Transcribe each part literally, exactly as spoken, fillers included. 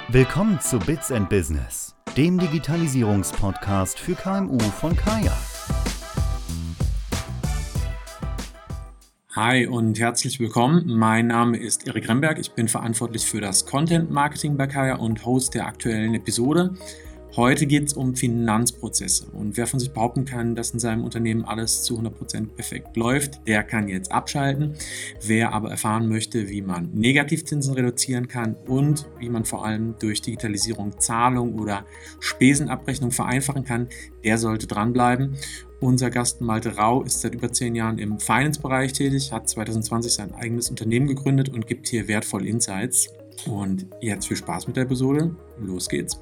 Willkommen zu Bits and Business, dem Digitalisierungspodcast für K M U von Kaya. Hi und herzlich willkommen. Mein Name ist Erik Remberg. Ich bin verantwortlich für das Content Marketing bei Kaya und Host der aktuellen Episode. Heute geht es um Finanzprozesse und wer von sich behaupten kann, dass in seinem Unternehmen alles zu hundert Prozent perfekt läuft, der kann jetzt abschalten. Wer aber erfahren möchte, wie man Negativzinsen reduzieren kann und wie man vor allem durch Digitalisierung Zahlung oder Spesenabrechnung vereinfachen kann, der sollte dranbleiben. Unser Gast Malte Rau ist seit über zehn Jahren im Finance-Bereich tätig, hat zwanzig zwanzig sein eigenes Unternehmen gegründet und gibt hier wertvolle Insights. Und jetzt viel Spaß mit der Episode. Los geht's.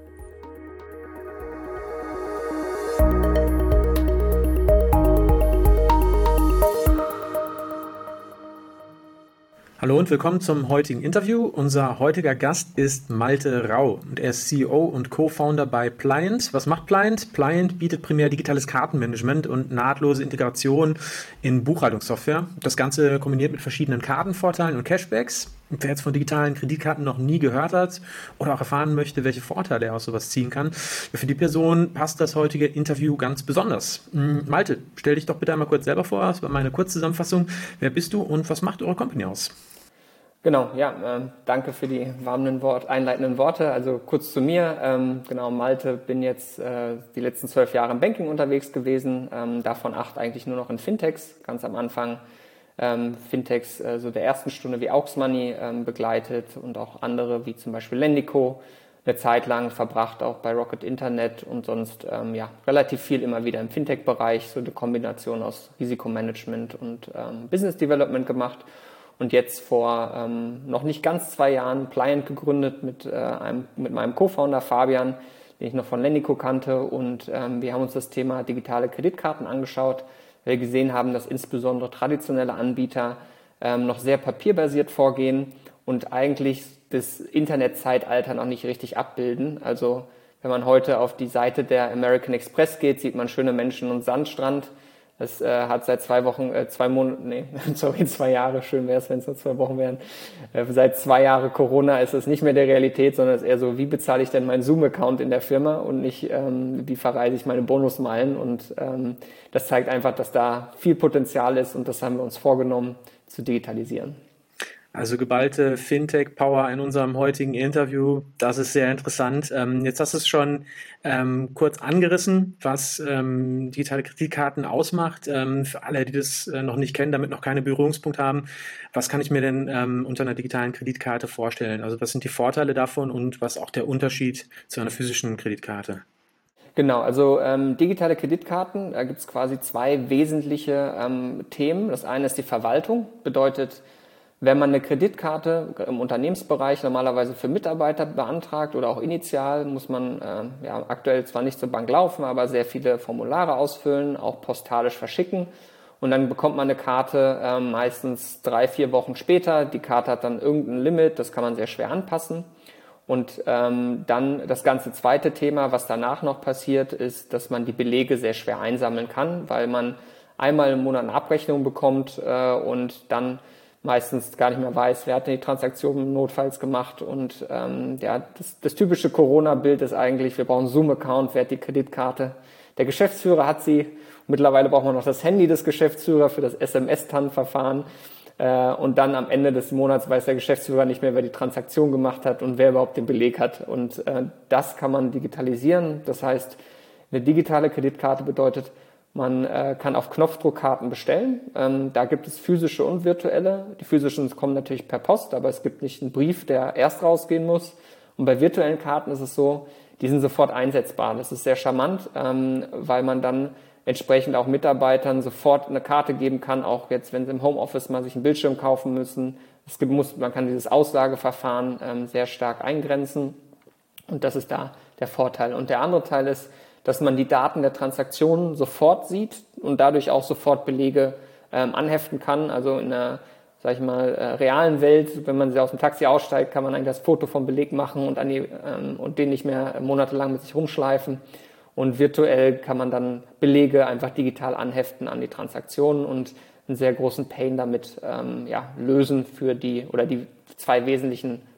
Hallo und willkommen zum heutigen Interview. Unser heutiger Gast ist Malte Rau und er ist C E O und Co-Founder bei Pliant. Was macht Pliant? Pliant bietet primär digitales Kartenmanagement und nahtlose Integration in Buchhaltungssoftware. Das Ganze kombiniert mit verschiedenen Kartenvorteilen und Cashbacks. Und wer jetzt von digitalen Kreditkarten noch nie gehört hat oder auch erfahren möchte, welche Vorteile er aus sowas ziehen kann, für die Person passt das heutige Interview ganz besonders. Malte, stell dich doch bitte einmal kurz selber vor. Das war meine Kurzzusammenfassung. Wer bist du und was macht eure Company aus? Genau, ja, äh, danke für die warmen Wort, einleitenden Worte. Also kurz zu mir, ähm, genau, Malte, bin jetzt äh, die letzten zwölf Jahre im Banking unterwegs gewesen, ähm, davon acht eigentlich nur noch in Fintechs, ganz am Anfang ähm, Fintechs äh, so der ersten Stunde wie Aux Money ähm, begleitet und auch andere wie zum Beispiel Lendico, eine Zeit lang verbracht auch bei Rocket Internet und sonst ähm, ja relativ viel immer wieder im Fintech-Bereich, so eine Kombination aus Risikomanagement und ähm, Business Development gemacht. Und jetzt vor ähm, noch nicht ganz zwei Jahren Pliant gegründet mit, äh, einem, mit meinem Co-Founder Fabian, den ich noch von Lendico kannte. Und ähm, wir haben uns das Thema digitale Kreditkarten angeschaut, weil wir gesehen haben, dass insbesondere traditionelle Anbieter ähm, noch sehr papierbasiert vorgehen und eigentlich das Internetzeitalter noch nicht richtig abbilden. Also wenn man heute auf die Seite der American Express geht, sieht man schöne Menschen und Sandstrand. Das äh, hat seit zwei Wochen, äh, zwei Monaten, nee, sorry, zwei Jahre, schön wäre es, wenn es nur zwei Wochen wären. Äh, seit zwei Jahren Corona ist es nicht mehr der Realität, sondern es ist eher so, wie bezahle ich denn meinen Zoom-Account in der Firma und nicht, ähm, wie verreise ich meine Bonusmeilen. Und ähm, das zeigt einfach, dass da viel Potenzial ist und das haben wir uns vorgenommen zu digitalisieren. Also geballte Fintech-Power in unserem heutigen Interview, das ist sehr interessant. Ähm, jetzt hast du es schon ähm, kurz angerissen, was ähm, digitale Kreditkarten ausmacht. Ähm, für alle, die das äh, noch nicht kennen, damit noch keine Berührungspunkte haben, was kann ich mir denn ähm, unter einer digitalen Kreditkarte vorstellen? Also was sind die Vorteile davon und was auch der Unterschied zu einer physischen Kreditkarte? Genau, also ähm, digitale Kreditkarten, da gibt es quasi zwei wesentliche ähm, Themen. Das eine ist die Verwaltung, bedeutet, wenn man eine Kreditkarte im Unternehmensbereich normalerweise für Mitarbeiter beantragt oder auch initial, muss man äh, ja, aktuell zwar nicht zur Bank laufen, aber sehr viele Formulare ausfüllen, auch postalisch verschicken. Und dann bekommt man eine Karte äh, meistens drei, vier Wochen später. Die Karte hat dann irgendein Limit, das kann man sehr schwer anpassen. Und ähm, dann das ganze zweite Thema, was danach noch passiert, ist, dass man die Belege sehr schwer einsammeln kann, weil man einmal im Monat eine Abrechnung bekommt äh, und dann meistens gar nicht mehr weiß, wer hat denn die Transaktion notfalls gemacht. Und ähm, ja, das, das typische Corona-Bild ist eigentlich, wir brauchen einen Zoom-Account, wer hat die Kreditkarte? Der Geschäftsführer hat sie. Mittlerweile braucht man noch das Handy des Geschäftsführers für das S M S T A N-Verfahren. Äh, und dann am Ende des Monats weiß der Geschäftsführer nicht mehr, wer die Transaktion gemacht hat und wer überhaupt den Beleg hat. Und äh, das kann man digitalisieren. Das heißt, eine digitale Kreditkarte bedeutet, man äh, kann auf Knopfdruck Karten bestellen. Ähm, da gibt es physische und virtuelle. Die physischen kommen natürlich per Post, aber es gibt nicht einen Brief, der erst rausgehen muss. Und bei virtuellen Karten ist es so, die sind sofort einsetzbar. Das ist sehr charmant, ähm, weil man dann entsprechend auch Mitarbeitern sofort eine Karte geben kann, auch jetzt, wenn sie im Homeoffice mal sich einen Bildschirm kaufen müssen. Es gibt, muss, man kann dieses Auslageverfahren ähm, sehr stark eingrenzen. Und das ist da der Vorteil. Und der andere Teil ist, dass man die Daten der Transaktionen sofort sieht und dadurch auch sofort Belege ähm, anheften kann. Also in einer, sag ich mal, äh, realen Welt, wenn man sie aus dem Taxi aussteigt, kann man eigentlich das Foto vom Beleg machen und, an die, ähm, und den nicht mehr monatelang mit sich rumschleifen. Und virtuell kann man dann Belege einfach digital anheften an die Transaktionen und einen sehr großen Pain damit ähm, ja, lösen für die oder die zwei wesentlichen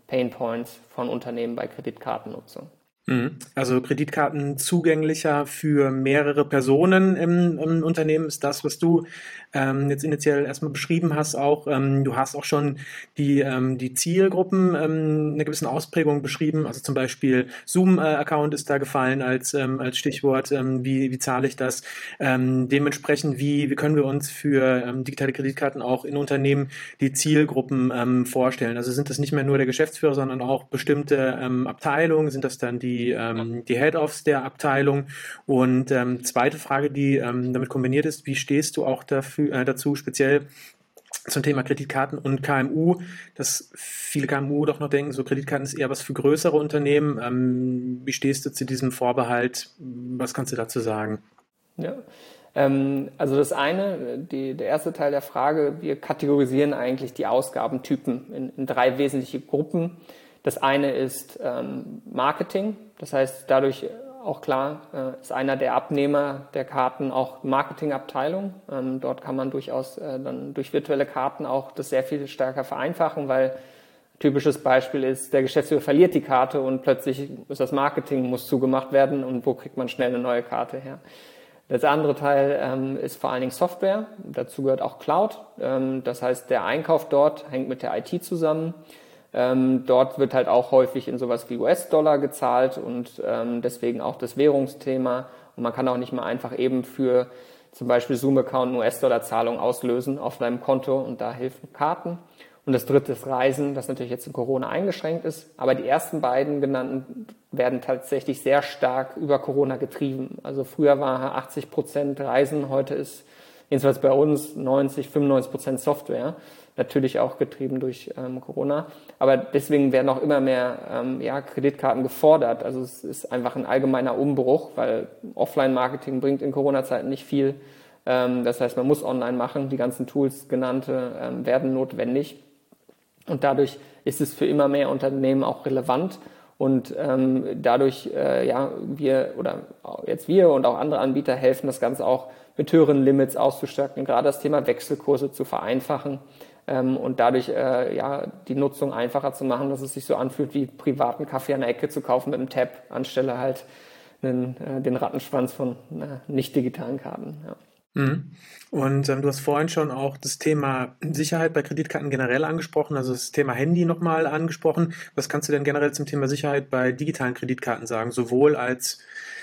Painpoints von Unternehmen bei Kreditkartennutzung. Also Kreditkarten zugänglicher für mehrere Personen im, im Unternehmen ist das, was du ähm, jetzt initial erstmal beschrieben hast. Auch ähm, du hast auch schon die ähm, die Zielgruppen ähm, einer gewissen Ausprägung beschrieben. Also zum Beispiel Zoom-Account ist da gefallen als ähm, als Stichwort. Ähm, wie wie zahle ich das? Ähm, dementsprechend wie wie können wir uns für ähm, digitale Kreditkarten auch in Unternehmen die Zielgruppen ähm, vorstellen? Also sind das nicht mehr nur der Geschäftsführer, sondern auch bestimmte ähm, Abteilungen? Sind das dann die Die, ähm, die Head-Offs der Abteilung? Und ähm, zweite Frage, die ähm, damit kombiniert ist, wie stehst du auch dafür, äh, dazu, speziell zum Thema Kreditkarten und K M U, dass viele K M U doch noch denken, so Kreditkarten ist eher was für größere Unternehmen. Ähm, wie stehst du zu diesem Vorbehalt? Was kannst du dazu sagen? Ja, ähm, also das eine, die, der erste Teil der Frage, wir kategorisieren eigentlich die Ausgabentypen in, in drei wesentliche Gruppen. Das eine ist ähm, Marketing, das heißt dadurch auch klar, äh, ist einer der Abnehmer der Karten auch Marketingabteilung. Ähm, dort kann man durchaus äh, dann durch virtuelle Karten auch das sehr viel stärker vereinfachen, weil typisches Beispiel ist, der Geschäftsführer verliert die Karte und plötzlich ist das Marketing, muss zugemacht werden und wo kriegt man schnell eine neue Karte her? Das andere Teil ähm, ist vor allen Dingen Software, dazu gehört auch Cloud, ähm, das heißt der Einkauf dort hängt mit der I T zusammen. Ähm, dort wird halt auch häufig in sowas wie U S-Dollar gezahlt und ähm, deswegen auch das Währungsthema. Und man kann auch nicht mal einfach eben für zum Beispiel Zoom-Account eine U S-Dollar-Zahlung auslösen auf deinem Konto und da helfen Karten. Und das dritte ist Reisen, das natürlich jetzt in Corona eingeschränkt ist. Aber die ersten beiden genannten werden tatsächlich sehr stark über Corona getrieben. Also früher war achtzig Prozent Reisen, heute ist jedenfalls bei uns neunzig, fünfundneunzig Prozent Software. Natürlich auch getrieben durch ähm, Corona. Aber deswegen werden auch immer mehr ähm, ja, Kreditkarten gefordert. Also es ist einfach ein allgemeiner Umbruch, weil Offline-Marketing bringt in Corona-Zeiten nicht viel. Ähm, das heißt, man muss online machen. Die ganzen Tools genannte ähm, werden notwendig. Und dadurch ist es für immer mehr Unternehmen auch relevant. Und ähm, dadurch, äh, ja, wir oder jetzt wir und auch andere Anbieter helfen, das Ganze auch mit höheren Limits auszustatten, gerade das Thema Wechselkurse zu vereinfachen. Ähm, und dadurch äh, ja die Nutzung einfacher zu machen, dass es sich so anfühlt, wie privaten Kaffee an der Ecke zu kaufen mit einem Tab, anstelle halt einen, äh, den Rattenschwanz von äh, nicht digitalen Karten. Ja. Mhm. Und ähm, du hast vorhin schon auch das Thema Sicherheit bei Kreditkarten generell angesprochen, also das Thema Handy nochmal angesprochen. Was kannst du denn generell zum Thema Sicherheit bei digitalen Kreditkarten sagen, sowohl als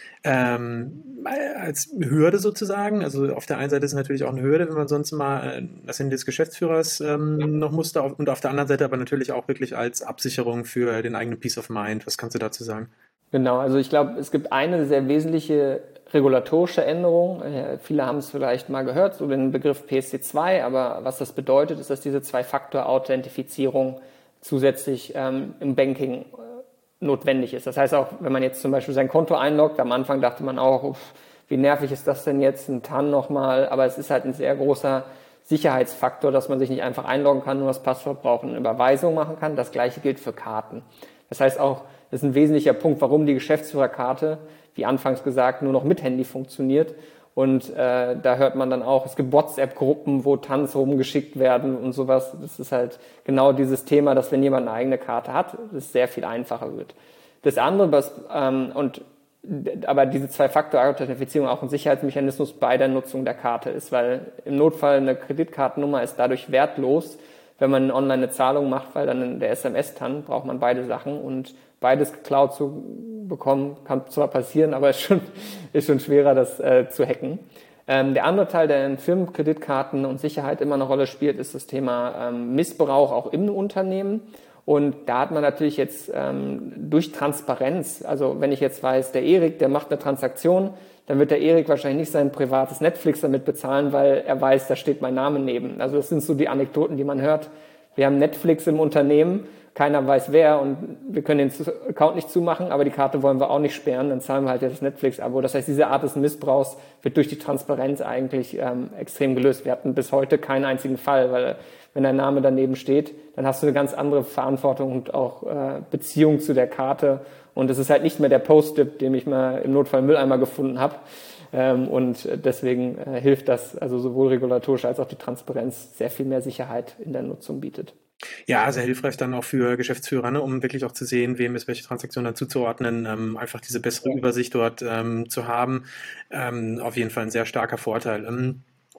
Ähm, als Hürde sozusagen? Also auf der einen Seite ist es natürlich auch eine Hürde, wenn man sonst mal das Handy des Geschäftsführers ähm, noch musste, und auf der anderen Seite aber natürlich auch wirklich als Absicherung für den eigenen Peace of Mind. Was kannst du dazu sagen? Genau, also ich glaube, es gibt eine sehr wesentliche regulatorische Änderung. Äh, viele haben es vielleicht mal gehört, so den Begriff P S C zwei, aber was das bedeutet, ist, dass diese Zwei-Faktor-Authentifizierung zusätzlich ähm, im Banking notwendig ist. Das heißt auch, wenn man jetzt zum Beispiel sein Konto einloggt, am Anfang dachte man auch, uff, wie nervig ist das denn jetzt, ein T A N nochmal, aber es ist halt ein sehr großer Sicherheitsfaktor, dass man sich nicht einfach einloggen kann, nur das Passwort braucht und eine Überweisung machen kann. Das Gleiche gilt für Karten. Das heißt auch, das ist ein wesentlicher Punkt, warum die Geschäftsführerkarte, wie anfangs gesagt, nur noch mit Handy funktioniert. Und äh, da hört man dann auch, es gibt WhatsApp-Gruppen, wo T A Ns rumgeschickt werden und sowas. Das ist halt genau dieses Thema, dass wenn jemand eine eigene Karte hat, es sehr viel einfacher wird. Das andere, was ähm, und aber diese Zwei-Faktor-Authentifizierung auch ein Sicherheitsmechanismus bei der Nutzung der Karte ist, weil im Notfall eine Kreditkartennummer ist dadurch wertlos, wenn man online eine Zahlung macht, weil dann in der S M S-T A N braucht man beide Sachen und beides geklaut zu bekommen, kann zwar passieren, aber ist schon, ist schon schwerer, das äh, zu hacken. Ähm, der andere Teil, der in Firmenkreditkarten und Sicherheit immer eine Rolle spielt, ist das Thema ähm, Missbrauch auch im Unternehmen. Und da hat man natürlich jetzt ähm, durch Transparenz, also wenn ich jetzt weiß, der Erik, der macht eine Transaktion, dann wird der Erik wahrscheinlich nicht sein privates Netflix damit bezahlen, weil er weiß, da steht mein Name neben. Also das sind so die Anekdoten, die man hört. Wir haben Netflix im Unternehmen, keiner weiß wer und wir können den Account nicht zumachen, aber die Karte wollen wir auch nicht sperren, dann zahlen wir halt das Netflix-Abo. Das heißt, diese Art des Missbrauchs wird durch die Transparenz eigentlich ähm, extrem gelöst. Wir hatten bis heute keinen einzigen Fall, weil wenn dein Name daneben steht, dann hast du eine ganz andere Verantwortung und auch äh, Beziehung zu der Karte. Und es ist halt nicht mehr der Post-it, den ich mal im Notfall im Mülleimer gefunden habe. Ähm, und deswegen äh, hilft das, also sowohl regulatorisch als auch die Transparenz, sehr viel mehr Sicherheit in der Nutzung bietet. Ja, sehr hilfreich dann auch für Geschäftsführer, ne, um wirklich auch zu sehen, wem ist welche Transaktion dann zuzuordnen, ähm, einfach diese bessere Übersicht dort ähm, zu haben. Ähm, auf jeden Fall ein sehr starker Vorteil. Ähm,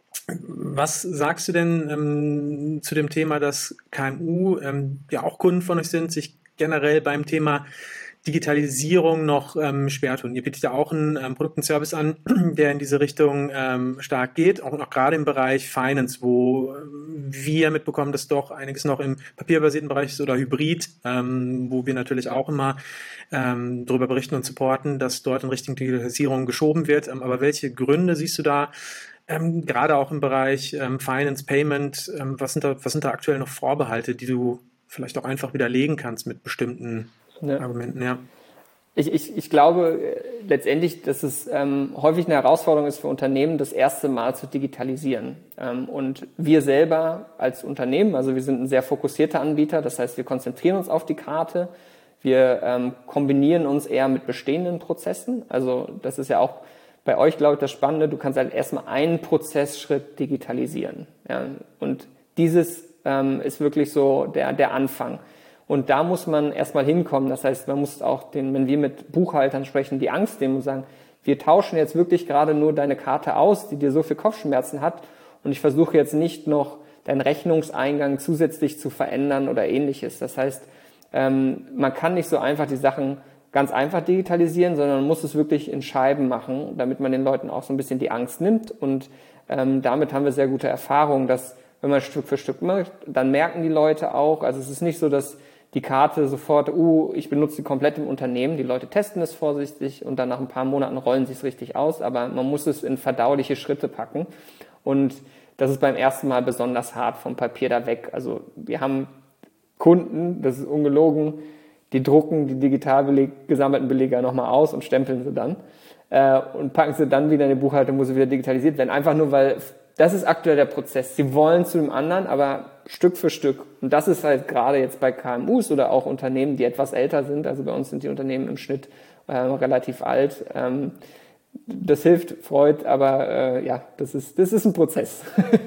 was sagst du denn ähm, zu dem Thema, dass K M U ähm, ja auch Kunden von euch sind, sich generell beim Thema Digitalisierung noch ähm, schwer tun? Ihr bietet ja auch einen ähm, Produkt und Service an, der in diese Richtung ähm, stark geht, auch noch gerade im Bereich Finance, wo ähm, wir mitbekommen, dass doch einiges noch im papierbasierten Bereich ist oder Hybrid, ähm, wo wir natürlich auch immer ähm, darüber berichten und supporten, dass dort in Richtung Digitalisierung geschoben wird. Ähm, aber welche Gründe siehst du da, ähm, gerade auch im Bereich ähm, Finance, Payment, ähm, was sind da, was sind da aktuell noch Vorbehalte, die du vielleicht auch einfach widerlegen kannst mit bestimmten Ja. Argumenten, ja. Ich, ich, ich glaube äh, letztendlich, dass es ähm, häufig eine Herausforderung ist für Unternehmen, das erste Mal zu digitalisieren. Ähm, und wir selber als Unternehmen, also wir sind ein sehr fokussierter Anbieter, das heißt, wir konzentrieren uns auf die Karte, wir ähm, kombinieren uns eher mit bestehenden Prozessen. Also das ist ja auch bei euch, glaube ich, das Spannende, du kannst halt erstmal einen Prozessschritt digitalisieren. Ja? Und dieses ähm, ist wirklich so der, der Anfang. Und da muss man erstmal hinkommen. Das heißt, man muss auch den, wenn wir mit Buchhaltern sprechen, die Angst nehmen und sagen, wir tauschen jetzt wirklich gerade nur deine Karte aus, die dir so viel Kopfschmerzen hat. Und ich versuche jetzt nicht noch deinen Rechnungseingang zusätzlich zu verändern oder ähnliches. Das heißt, ähm, man kann nicht so einfach die Sachen ganz einfach digitalisieren, sondern man muss es wirklich in Scheiben machen, damit man den Leuten auch so ein bisschen die Angst nimmt. Und ähm, damit haben wir sehr gute Erfahrungen, dass wenn man Stück für Stück macht, dann merken die Leute auch, also es ist nicht so, dass die Karte sofort, uh, ich benutze die komplett im Unternehmen. Die Leute testen es vorsichtig und dann nach ein paar Monaten rollen sie es richtig aus, aber man muss es in verdauliche Schritte packen. Und das ist beim ersten Mal besonders hart vom Papier da weg. Also wir haben Kunden, das ist ungelogen, die drucken die digital beleg, gesammelten Belege nochmal aus und stempeln sie dann äh, und packen sie dann wieder in die Buchhaltung, wo sie wieder digitalisiert werden. Einfach nur, weil das ist aktuell der Prozess. Sie wollen zu dem anderen, aber Stück für Stück. Und das ist halt gerade jetzt bei K M Us oder auch Unternehmen, die etwas älter sind. Also bei uns sind die Unternehmen im Schnitt äh, relativ alt. Ähm, das hilft, freut, aber äh, ja, das ist, das ist ein Prozess.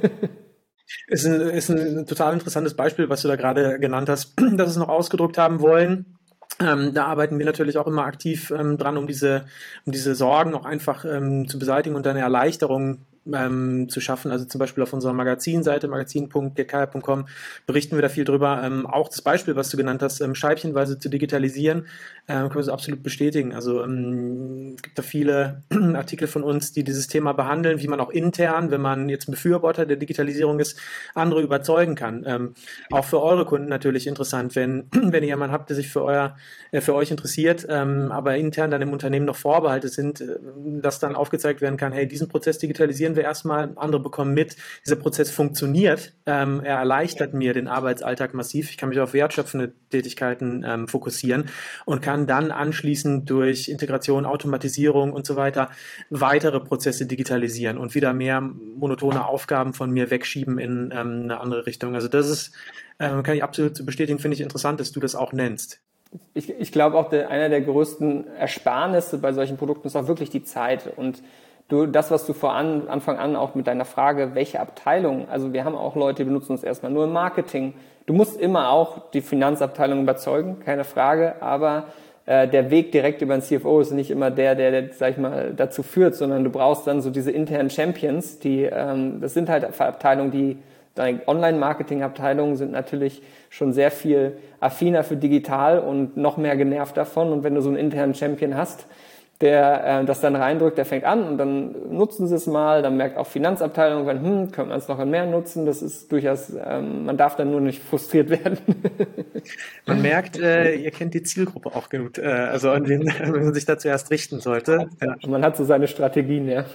Ist ein, ist ein total interessantes Beispiel, was du da gerade genannt hast, dass es noch ausgedruckt haben wollen. Ähm, da arbeiten wir natürlich auch immer aktiv ähm, dran, um diese, um diese Sorgen auch einfach ähm, zu beseitigen und eine Erleichterung ähm, zu schaffen. Also zum Beispiel auf unserer Magazinseite, magazin punkt g k punkt com, berichten wir da viel drüber. Ähm, auch das Beispiel, was du genannt hast, ähm, scheibchenweise zu digitalisieren, äh, können wir so absolut bestätigen. Also ähm, es gibt da viele Artikel von uns, die dieses Thema behandeln, wie man auch intern, wenn man jetzt ein Befürworter der Digitalisierung ist, andere überzeugen kann. Ähm, auch für eure Kunden natürlich interessant, wenn, wenn ihr jemanden habt, der sich für euer äh, für euch interessiert, ähm, aber intern dann im Unternehmen noch Vorbehalte sind, äh, dass dann aufgezeigt werden kann, hey, diesen Prozess digitalisieren wir erstmal, andere bekommen mit, dieser Prozess funktioniert, ähm, er erleichtert mir den Arbeitsalltag massiv, ich kann mich auf wertschöpfende Tätigkeiten ähm, fokussieren und kann dann anschließend durch Integration, Automatisierung und so weiter weitere Prozesse digitalisieren und wieder mehr monotone Aufgaben von mir wegschieben in ähm, eine andere Richtung. Also das ist, äh, kann ich absolut bestätigen, finde ich interessant, dass du das auch nennst. Ich, ich glaube auch, der, einer der größten Ersparnisse bei solchen Produkten ist auch wirklich die Zeit. Und du, das, was du vor an, Anfang an auch mit deiner Frage, welche Abteilung, also wir haben auch Leute, die benutzen uns erstmal nur im Marketing. Du musst immer auch die Finanzabteilung überzeugen, keine Frage, aber äh, der Weg direkt über den C F O ist nicht immer der, der, der, sag ich mal, dazu führt, sondern du brauchst dann so diese internen Champions, die, ähm, das sind halt Abteilungen, die Deine Online-Marketing-Abteilungen sind natürlich schon sehr viel affiner für digital und noch mehr genervt davon. Und wenn du so einen internen Champion hast, der äh, das dann reindrückt, der fängt an und dann nutzen sie es mal. Dann merkt auch Finanzabteilung, wenn, hm, könnte man es noch mehr nutzen. Das ist durchaus, ähm, man darf dann nur nicht frustriert werden. Man merkt, äh, ihr kennt die Zielgruppe auch gut, äh, also an wen man sich da zuerst richten sollte. Ja. Man hat so seine Strategien, ja.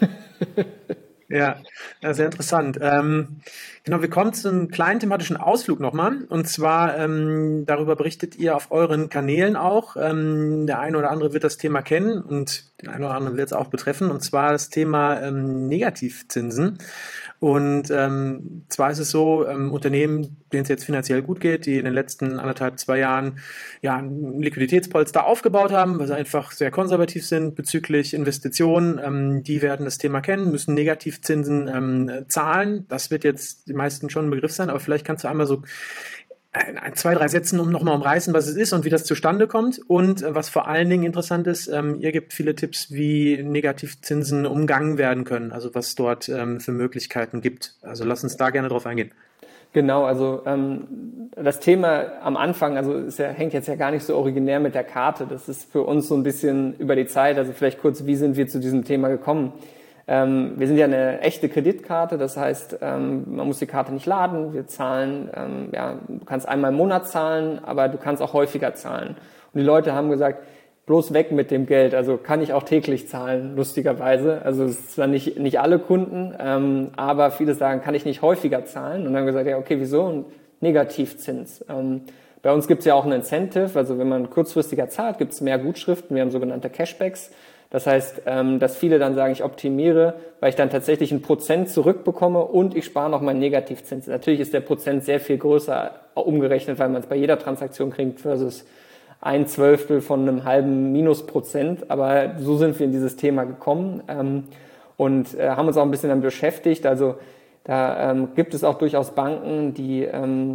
Ja, sehr interessant. Ähm, genau, wir kommen zu einem kleinen thematischen Ausflug nochmal. Und zwar, ähm, darüber berichtet ihr auf euren Kanälen auch. Ähm, der eine oder andere wird das Thema kennen und den einen oder anderen wird es auch betreffen. Und zwar das Thema ähm, Negativzinsen. Und ähm, zwar ist es so, ähm, Unternehmen, denen es jetzt finanziell gut geht, die in den letzten anderthalb, zwei Jahren ja ein Liquiditätspolster aufgebaut haben, weil sie einfach sehr konservativ sind bezüglich Investitionen, ähm, die werden das Thema kennen, müssen Negativzinsen ähm, zahlen. Das wird jetzt die meisten schon ein Begriff sein, aber vielleicht kannst du einmal so ein, zwei, drei Sätzen um nochmal umreißen, was es ist und wie das zustande kommt. Und was vor allen Dingen interessant ist, ähm, ihr gebt viele Tipps, wie Negativzinsen umgangen werden können, also was dort ähm, für Möglichkeiten gibt. Also lass uns da gerne drauf eingehen. Genau, also ähm, das Thema am Anfang, also es ja, hängt jetzt ja gar nicht so originär mit der Karte. Das ist für uns so ein bisschen über die Zeit. Also vielleicht kurz, wie sind wir zu diesem Thema gekommen? Ähm, wir sind ja eine echte Kreditkarte, das heißt, ähm, man muss die Karte nicht laden. Wir zahlen, ähm, ja, du kannst einmal im Monat zahlen, aber du kannst auch häufiger zahlen. Und die Leute haben gesagt, bloß weg mit dem Geld, also kann ich auch täglich zahlen, lustigerweise. Also es ist zwar nicht, nicht alle Kunden, ähm, aber viele sagen, kann ich nicht häufiger zahlen? Und dann haben wir gesagt, ja, okay, wieso? Und Negativzins. Ähm, bei uns gibt es ja auch ein Incentive, also wenn man kurzfristiger zahlt, gibt es mehr Gutschriften, wir haben sogenannte Cashbacks. Das heißt, ähm, dass viele dann sagen, ich optimiere, weil ich dann tatsächlich ein Prozent zurückbekomme und ich spare noch meinen Negativzins. Natürlich ist der Prozent sehr viel größer umgerechnet, weil man es bei jeder Transaktion kriegt versus ein Zwölftel von einem halben Minusprozent. Aber so sind wir in dieses Thema gekommen ähm, und äh, haben uns auch ein bisschen damit beschäftigt. Also da ähm, gibt es auch durchaus Banken, die ähm,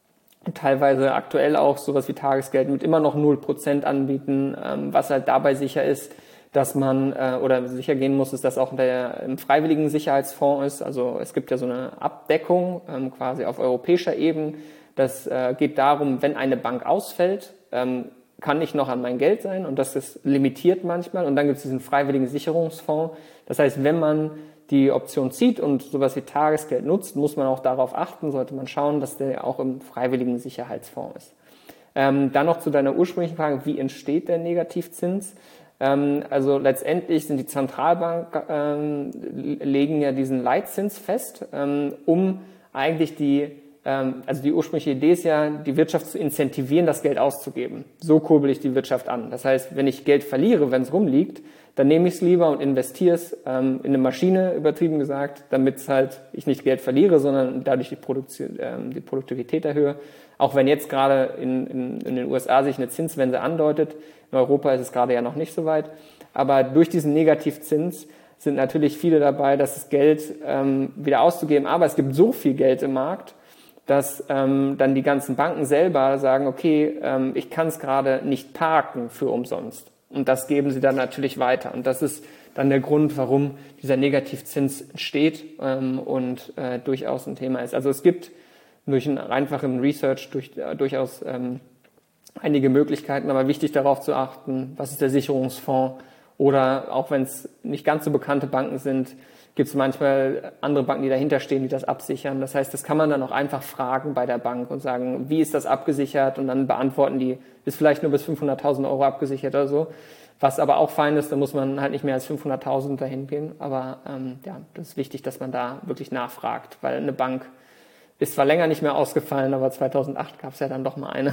teilweise aktuell auch sowas wie Tagesgeld mit immer noch null Prozent anbieten, ähm, was halt dabei sicher ist, dass man äh, oder sicher gehen muss, ist, dass auch der im freiwilligen Sicherheitsfonds ist. Also es gibt ja so eine Abdeckung ähm, quasi auf europäischer Ebene. Das äh, geht darum, wenn eine Bank ausfällt, ähm, kann ich noch an mein Geld sein und das ist limitiert manchmal. Und dann gibt es diesen freiwilligen Sicherungsfonds. Das heißt, wenn man die Option zieht und sowas wie Tagesgeld nutzt, muss man auch darauf achten, sollte man schauen, dass der auch im freiwilligen Sicherheitsfonds ist. Ähm, dann noch zu deiner ursprünglichen Frage, wie entsteht der Negativzins? Ähm, also letztendlich sind die Zentralbanken ähm, legen ja diesen Leitzins fest, ähm, um eigentlich die also die ursprüngliche Idee ist ja, die Wirtschaft zu incentivieren, das Geld auszugeben. So kurbel ich die Wirtschaft an. Das heißt, wenn ich Geld verliere, wenn es rumliegt, dann nehme ich es lieber und investiere es ähm, in eine Maschine, übertrieben gesagt, damit halt ich nicht Geld verliere, sondern dadurch die, Produktion, ähm, die Produktivität erhöhe. Auch wenn jetzt gerade in, in, in den U S A sich eine Zinswende andeutet, in Europa ist es gerade ja noch nicht so weit. Aber durch diesen Negativzins sind natürlich viele dabei, das Geld ähm, wieder auszugeben. Aber es gibt so viel Geld im Markt, dass ähm, dann die ganzen Banken selber sagen, okay, ähm, ich kann es gerade nicht parken für umsonst. Und das geben sie dann natürlich weiter. Und das ist dann der Grund, warum dieser Negativzins entsteht ähm, und äh, durchaus ein Thema ist. Also es gibt durch einen einfachen Research durch, äh, durchaus ähm, einige Möglichkeiten, aber wichtig darauf zu achten, was ist der Sicherungsfonds oder auch wenn es nicht ganz so bekannte Banken sind, gibt es manchmal andere Banken, die dahinter stehen, die das absichern. Das heißt, das kann man dann auch einfach fragen bei der Bank und sagen, wie ist das abgesichert? Und dann beantworten die, ist vielleicht nur bis fünfhunderttausend Euro abgesichert oder so. Was aber auch fein ist, da muss man halt nicht mehr als fünfhunderttausend dahin gehen. Aber ähm, ja, das ist wichtig, dass man da wirklich nachfragt, weil eine Bank ist zwar länger nicht mehr ausgefallen, aber zweitausendacht gab es ja dann doch mal eine.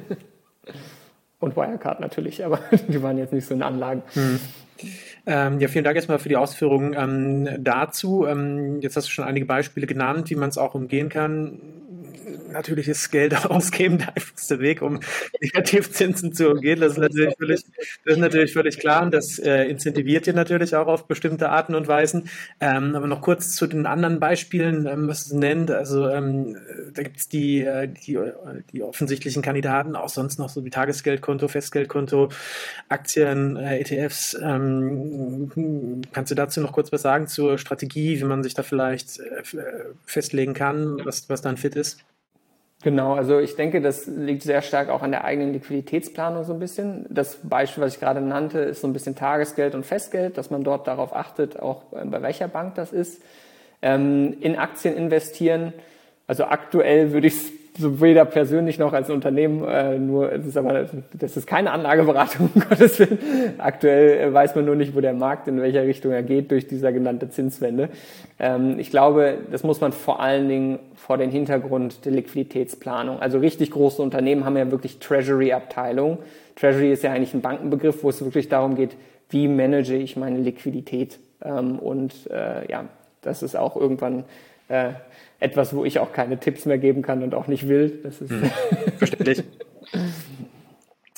Und Wirecard natürlich, aber die waren jetzt nicht so in Anlagen. Hm. Ähm, ja, vielen Dank erstmal für die Ausführungen ähm, dazu. Ähm, jetzt hast du schon einige Beispiele genannt, wie man es auch umgehen kann. Natürlich ist Geld ausgeben der einfachste Weg, um Negativzinsen zu umgehen. Das ist natürlich völlig, das ist natürlich völlig klar und das äh, incentiviert ihr natürlich auch auf bestimmte Arten und Weisen. Ähm, aber noch kurz zu den anderen Beispielen, ähm, was es nennt. Also ähm, da gibt es die, äh, die, die offensichtlichen Kandidaten, auch sonst noch so wie Tagesgeldkonto, Festgeldkonto, Aktien, äh, E T Fs. Ähm, kannst du dazu noch kurz was sagen zur Strategie, wie man sich da vielleicht äh, festlegen kann, was, was dann fit ist? Genau, also ich denke, das liegt sehr stark auch an der eigenen Liquiditätsplanung so ein bisschen. Das Beispiel, was ich gerade nannte, ist so ein bisschen Tagesgeld und Festgeld, dass man dort darauf achtet, auch bei welcher Bank das ist. Ähm, in Aktien investieren, also aktuell würde ich es so weder persönlich noch als Unternehmen, äh, nur es ist aber das ist keine Anlageberatung, um Gottes Willen. Aktuell äh, weiß man nur nicht, wo der Markt in welcher Richtung er geht durch diese genannte Zinswende. Ähm, ich glaube, das muss man vor allen Dingen vor den Hintergrund der Liquiditätsplanung. Also richtig große Unternehmen haben ja wirklich Treasury-Abteilung. Treasury ist ja eigentlich ein Bankenbegriff, wo es wirklich darum geht, wie manage ich meine Liquidität. Ähm, und äh, ja, das ist auch irgendwann äh, etwas, wo ich auch keine Tipps mehr geben kann und auch nicht will. Das ist hm, verständlich.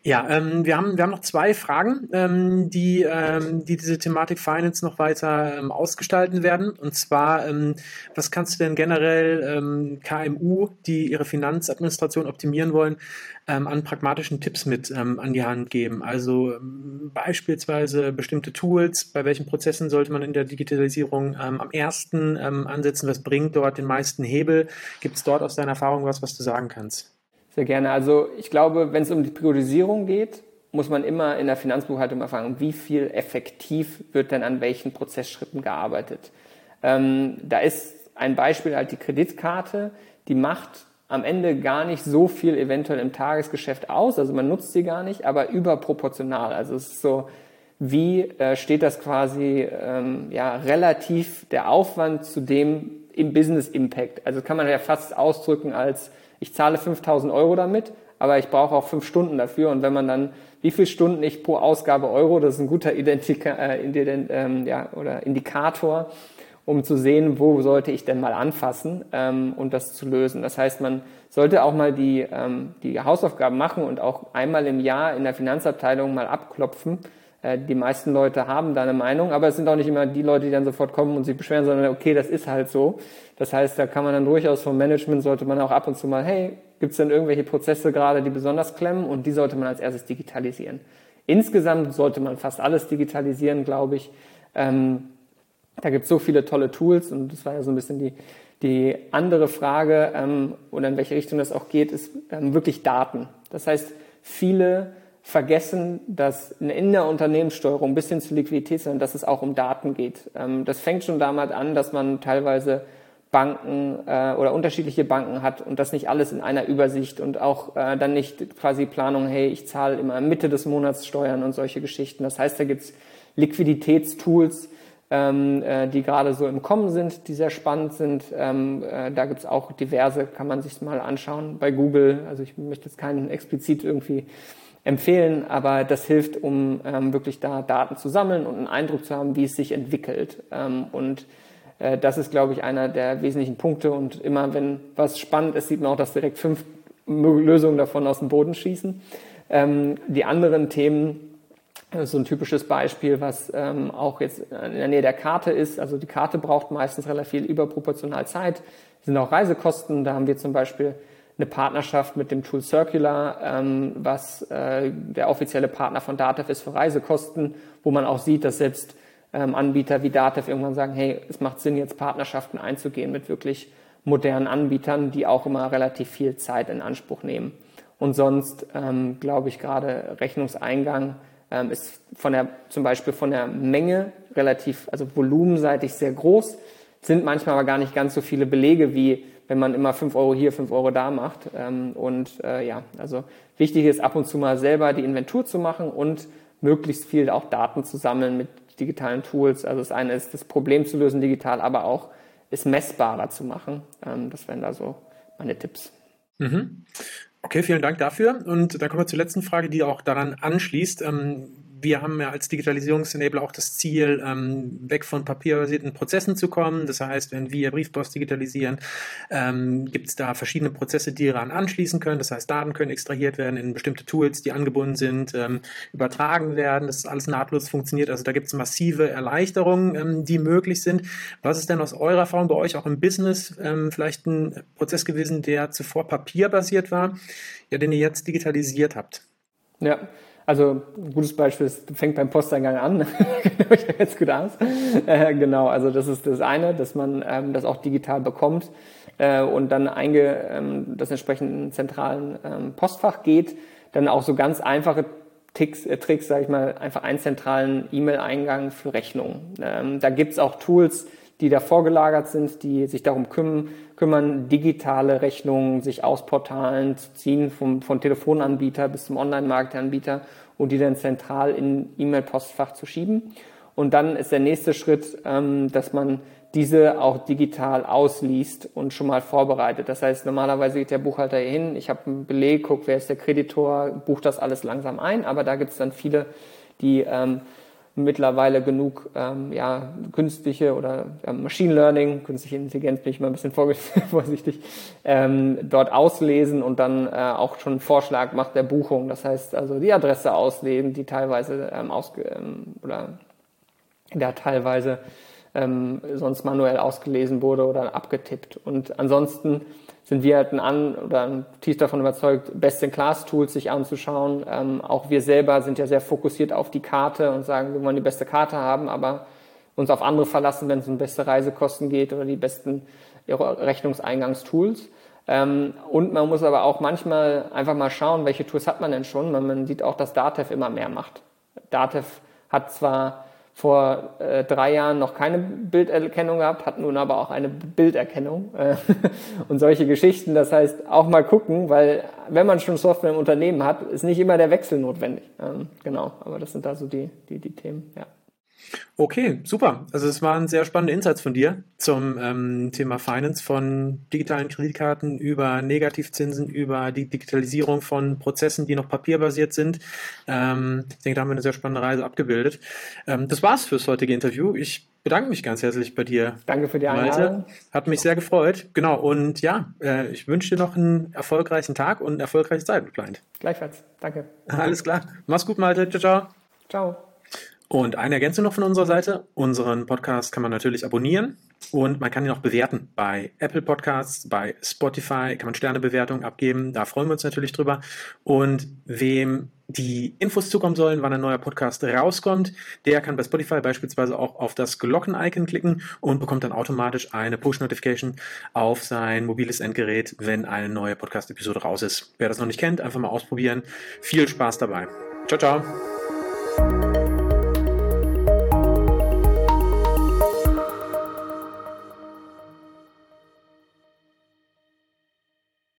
Ja, ähm, wir haben wir haben noch zwei Fragen, ähm, die ähm, die diese Thematik Finance noch weiter ähm, ausgestalten werden. Und zwar, ähm, was kannst du denn generell ähm, K M U, die ihre Finanzadministration optimieren wollen, ähm, an pragmatischen Tipps mit ähm, an die Hand geben? Also ähm, beispielsweise bestimmte Tools, bei welchen Prozessen sollte man in der Digitalisierung ähm, am ersten ähm, ansetzen? Was bringt dort den meisten Hebel? Gibt es dort aus deiner Erfahrung was, was du sagen kannst? Sehr gerne. Also ich glaube, wenn es um die Priorisierung geht, muss man immer in der Finanzbuchhaltung erfahren, wie viel effektiv wird denn an welchen Prozessschritten gearbeitet. Ähm, da ist ein Beispiel halt die Kreditkarte, die macht am Ende gar nicht so viel eventuell im Tagesgeschäft aus, also man nutzt sie gar nicht, aber überproportional. Also es ist so, wie äh, steht das quasi ähm, ja, relativ der Aufwand zu dem im Business Impact. Also kann man ja fast ausdrücken als ich zahle fünftausend Euro damit, aber ich brauche auch fünf Stunden dafür. Und wenn man dann, wie viele Stunden ich pro Ausgabe Euro, das ist ein guter Identika äh, Ident ähm, ja, oder Indikator, um zu sehen, wo sollte ich denn mal anfassen ähm, und das zu lösen. Das heißt, man sollte auch mal die, ähm, die Hausaufgaben machen und auch einmal im Jahr in der Finanzabteilung mal abklopfen. Äh, die meisten Leute haben da eine Meinung, aber es sind auch nicht immer die Leute, die dann sofort kommen und sich beschweren, sondern okay, das ist halt so. Das heißt, da kann man dann durchaus vom Management, sollte man auch ab und zu mal, hey, gibt es denn irgendwelche Prozesse gerade, die besonders klemmen, und die sollte man als erstes digitalisieren. Insgesamt sollte man fast alles digitalisieren, glaube ich. Ähm, da gibt es so viele tolle Tools, und das war ja so ein bisschen die, die andere Frage, ähm, oder in welche Richtung das auch geht, ist ähm, wirklich Daten. Das heißt, viele vergessen, dass in der Unternehmenssteuerung bis hin zur Liquidität, dass es auch um Daten geht. Ähm, das fängt schon damit an, dass man teilweise Banken äh, oder unterschiedliche Banken hat und das nicht alles in einer Übersicht und auch äh, dann nicht quasi Planung, hey, ich zahle immer Mitte des Monats Steuern und solche Geschichten. Das heißt, da gibt's Liquiditätstools, ähm, äh, die gerade so im Kommen sind, die sehr spannend sind. Ähm, äh, da gibt's auch diverse, kann man sich mal anschauen bei Google. Also ich möchte jetzt keinen explizit irgendwie empfehlen, aber das hilft, um ähm, wirklich da Daten zu sammeln und einen Eindruck zu haben, wie es sich entwickelt. Ähm, und äh, das ist, glaube ich, einer der wesentlichen Punkte. Und immer, wenn was spannend ist, sieht man auch, dass direkt fünf Lösungen davon aus dem Boden schießen. Ähm, die anderen Themen, so ein typisches Beispiel, was ähm, auch jetzt in der Nähe der Karte ist. Also die Karte braucht meistens relativ viel überproportional Zeit. Das sind auch Reisekosten. Da haben wir zum Beispiel eine Partnerschaft mit dem Tool Circular, ähm, was äh, der offizielle Partner von Datev ist für Reisekosten, wo man auch sieht, dass selbst ähm, Anbieter wie Datev irgendwann sagen, hey, es macht Sinn, jetzt Partnerschaften einzugehen mit wirklich modernen Anbietern, die auch immer relativ viel Zeit in Anspruch nehmen. Und sonst ähm, glaube ich gerade Rechnungseingang ähm, ist von der, zum Beispiel von der Menge relativ, also volumenseitig sehr groß, sind manchmal aber gar nicht ganz so viele Belege wie wenn man immer fünf Euro hier, fünf Euro da macht. Und äh, ja, also wichtig ist ab und zu mal selber die Inventur zu machen und möglichst viel auch Daten zu sammeln mit digitalen Tools. Also das eine ist, das Problem zu lösen digital, aber auch es messbarer zu machen. Ähm, das wären da so meine Tipps. Mhm. Okay, vielen Dank dafür. Und dann kommen wir zur letzten Frage, die auch daran anschließt. Ähm, wir haben ja als Digitalisierungsenabler auch das Ziel, ähm, weg von papierbasierten Prozessen zu kommen. Das heißt, wenn wir Briefpost digitalisieren, ähm, gibt es da verschiedene Prozesse, die daran anschließen können. Das heißt, Daten können extrahiert werden in bestimmte Tools, die angebunden sind, ähm, übertragen werden. Das alles nahtlos funktioniert. Also da gibt es massive Erleichterungen, ähm, die möglich sind. Was ist denn aus eurer Erfahrung bei euch auch im Business ähm, vielleicht ein Prozess gewesen, der zuvor papierbasiert war, ja, den ihr jetzt digitalisiert habt? Ja, also ein gutes Beispiel ist, fängt beim Posteingang an, kennt euch ja jetzt gut aus. Äh, genau, also das ist das eine, dass man ähm, das auch digital bekommt äh, und dann einge, ähm, das entsprechend in einen zentralen ähm, Postfach geht. Dann auch so ganz einfache Tricks, äh, Tricks sage ich mal, einfach einen zentralen E-Mail-Eingang für Rechnungen. Ähm, da gibt's auch Tools, die da vorgelagert sind, die sich darum kümmern, kümmern digitale Rechnungen sich aus Portalen zu ziehen, vom, von Telefonanbieter bis zum Online-Marketanbieter und die dann zentral in E-Mail-Postfach zu schieben. Und dann ist der nächste Schritt, ähm, dass man diese auch digital ausliest und schon mal vorbereitet. Das heißt, normalerweise geht der Buchhalter hier hin, ich habe einen Beleg, guck, wer ist der Kreditor, bucht das alles langsam ein, aber da gibt es dann viele, die ähm, mittlerweile genug ähm, ja, künstliche oder äh, Machine Learning, künstliche Intelligenz bin ich mal ein bisschen vorsichtig, ähm, dort auslesen und dann äh, auch schon einen Vorschlag macht der Buchung. Das heißt also die Adresse auslesen, die teilweise ähm, ausge ähm, oder der teilweise ähm, sonst manuell ausgelesen wurde oder abgetippt. Und ansonsten sind wir halt ein an oder tief davon überzeugt, Best-in-Class-Tools sich anzuschauen. Ähm, auch wir selber sind ja sehr fokussiert auf die Karte und sagen, wir wollen die beste Karte haben, aber uns auf andere verlassen, wenn es um beste Reisekosten geht oder die besten Rechnungseingangstools. Ähm, und man muss aber auch manchmal einfach mal schauen, welche Tools hat man denn schon. Man, man sieht auch, dass Datev immer mehr macht. Datev hat zwar vor äh, drei Jahren noch keine Bilderkennung gehabt, hat nun aber auch eine Bilderkennung äh, und solche Geschichten. Das heißt, auch mal gucken, weil wenn man schon Software im Unternehmen hat, ist nicht immer der Wechsel notwendig. Ähm, genau, aber das sind da so die, die, die Themen, ja. Okay, super. Also es waren sehr spannende Insights von dir zum ähm, Thema Finance, von digitalen Kreditkarten über Negativzinsen, über die Digitalisierung von Prozessen, die noch papierbasiert sind. Ähm, ich denke, da haben wir eine sehr spannende Reise abgebildet. Ähm, das war's fürs heutige Interview. Ich bedanke mich ganz herzlich bei dir. Danke für die Einladung. Malte. Hat mich sehr gefreut. Genau. Und ja, äh, ich wünsche dir noch einen erfolgreichen Tag und eine erfolgreiche Zeit mit Client. Gleichfalls. Danke. Alles klar. Mach's gut, Malte. Ciao, ciao. Ciao. Und eine Ergänzung noch von unserer Seite. Unseren Podcast kann man natürlich abonnieren und man kann ihn auch bewerten. Bei Apple Podcasts, bei Spotify kann man Sternebewertungen abgeben. Da freuen wir uns natürlich drüber. Und wem die Infos zukommen sollen, wann ein neuer Podcast rauskommt, der kann bei Spotify beispielsweise auch auf das Glocken-Icon klicken und bekommt dann automatisch eine Push-Notification auf sein mobiles Endgerät, wenn eine neue Podcast-Episode raus ist. Wer das noch nicht kennt, einfach mal ausprobieren. Viel Spaß dabei. Ciao, ciao.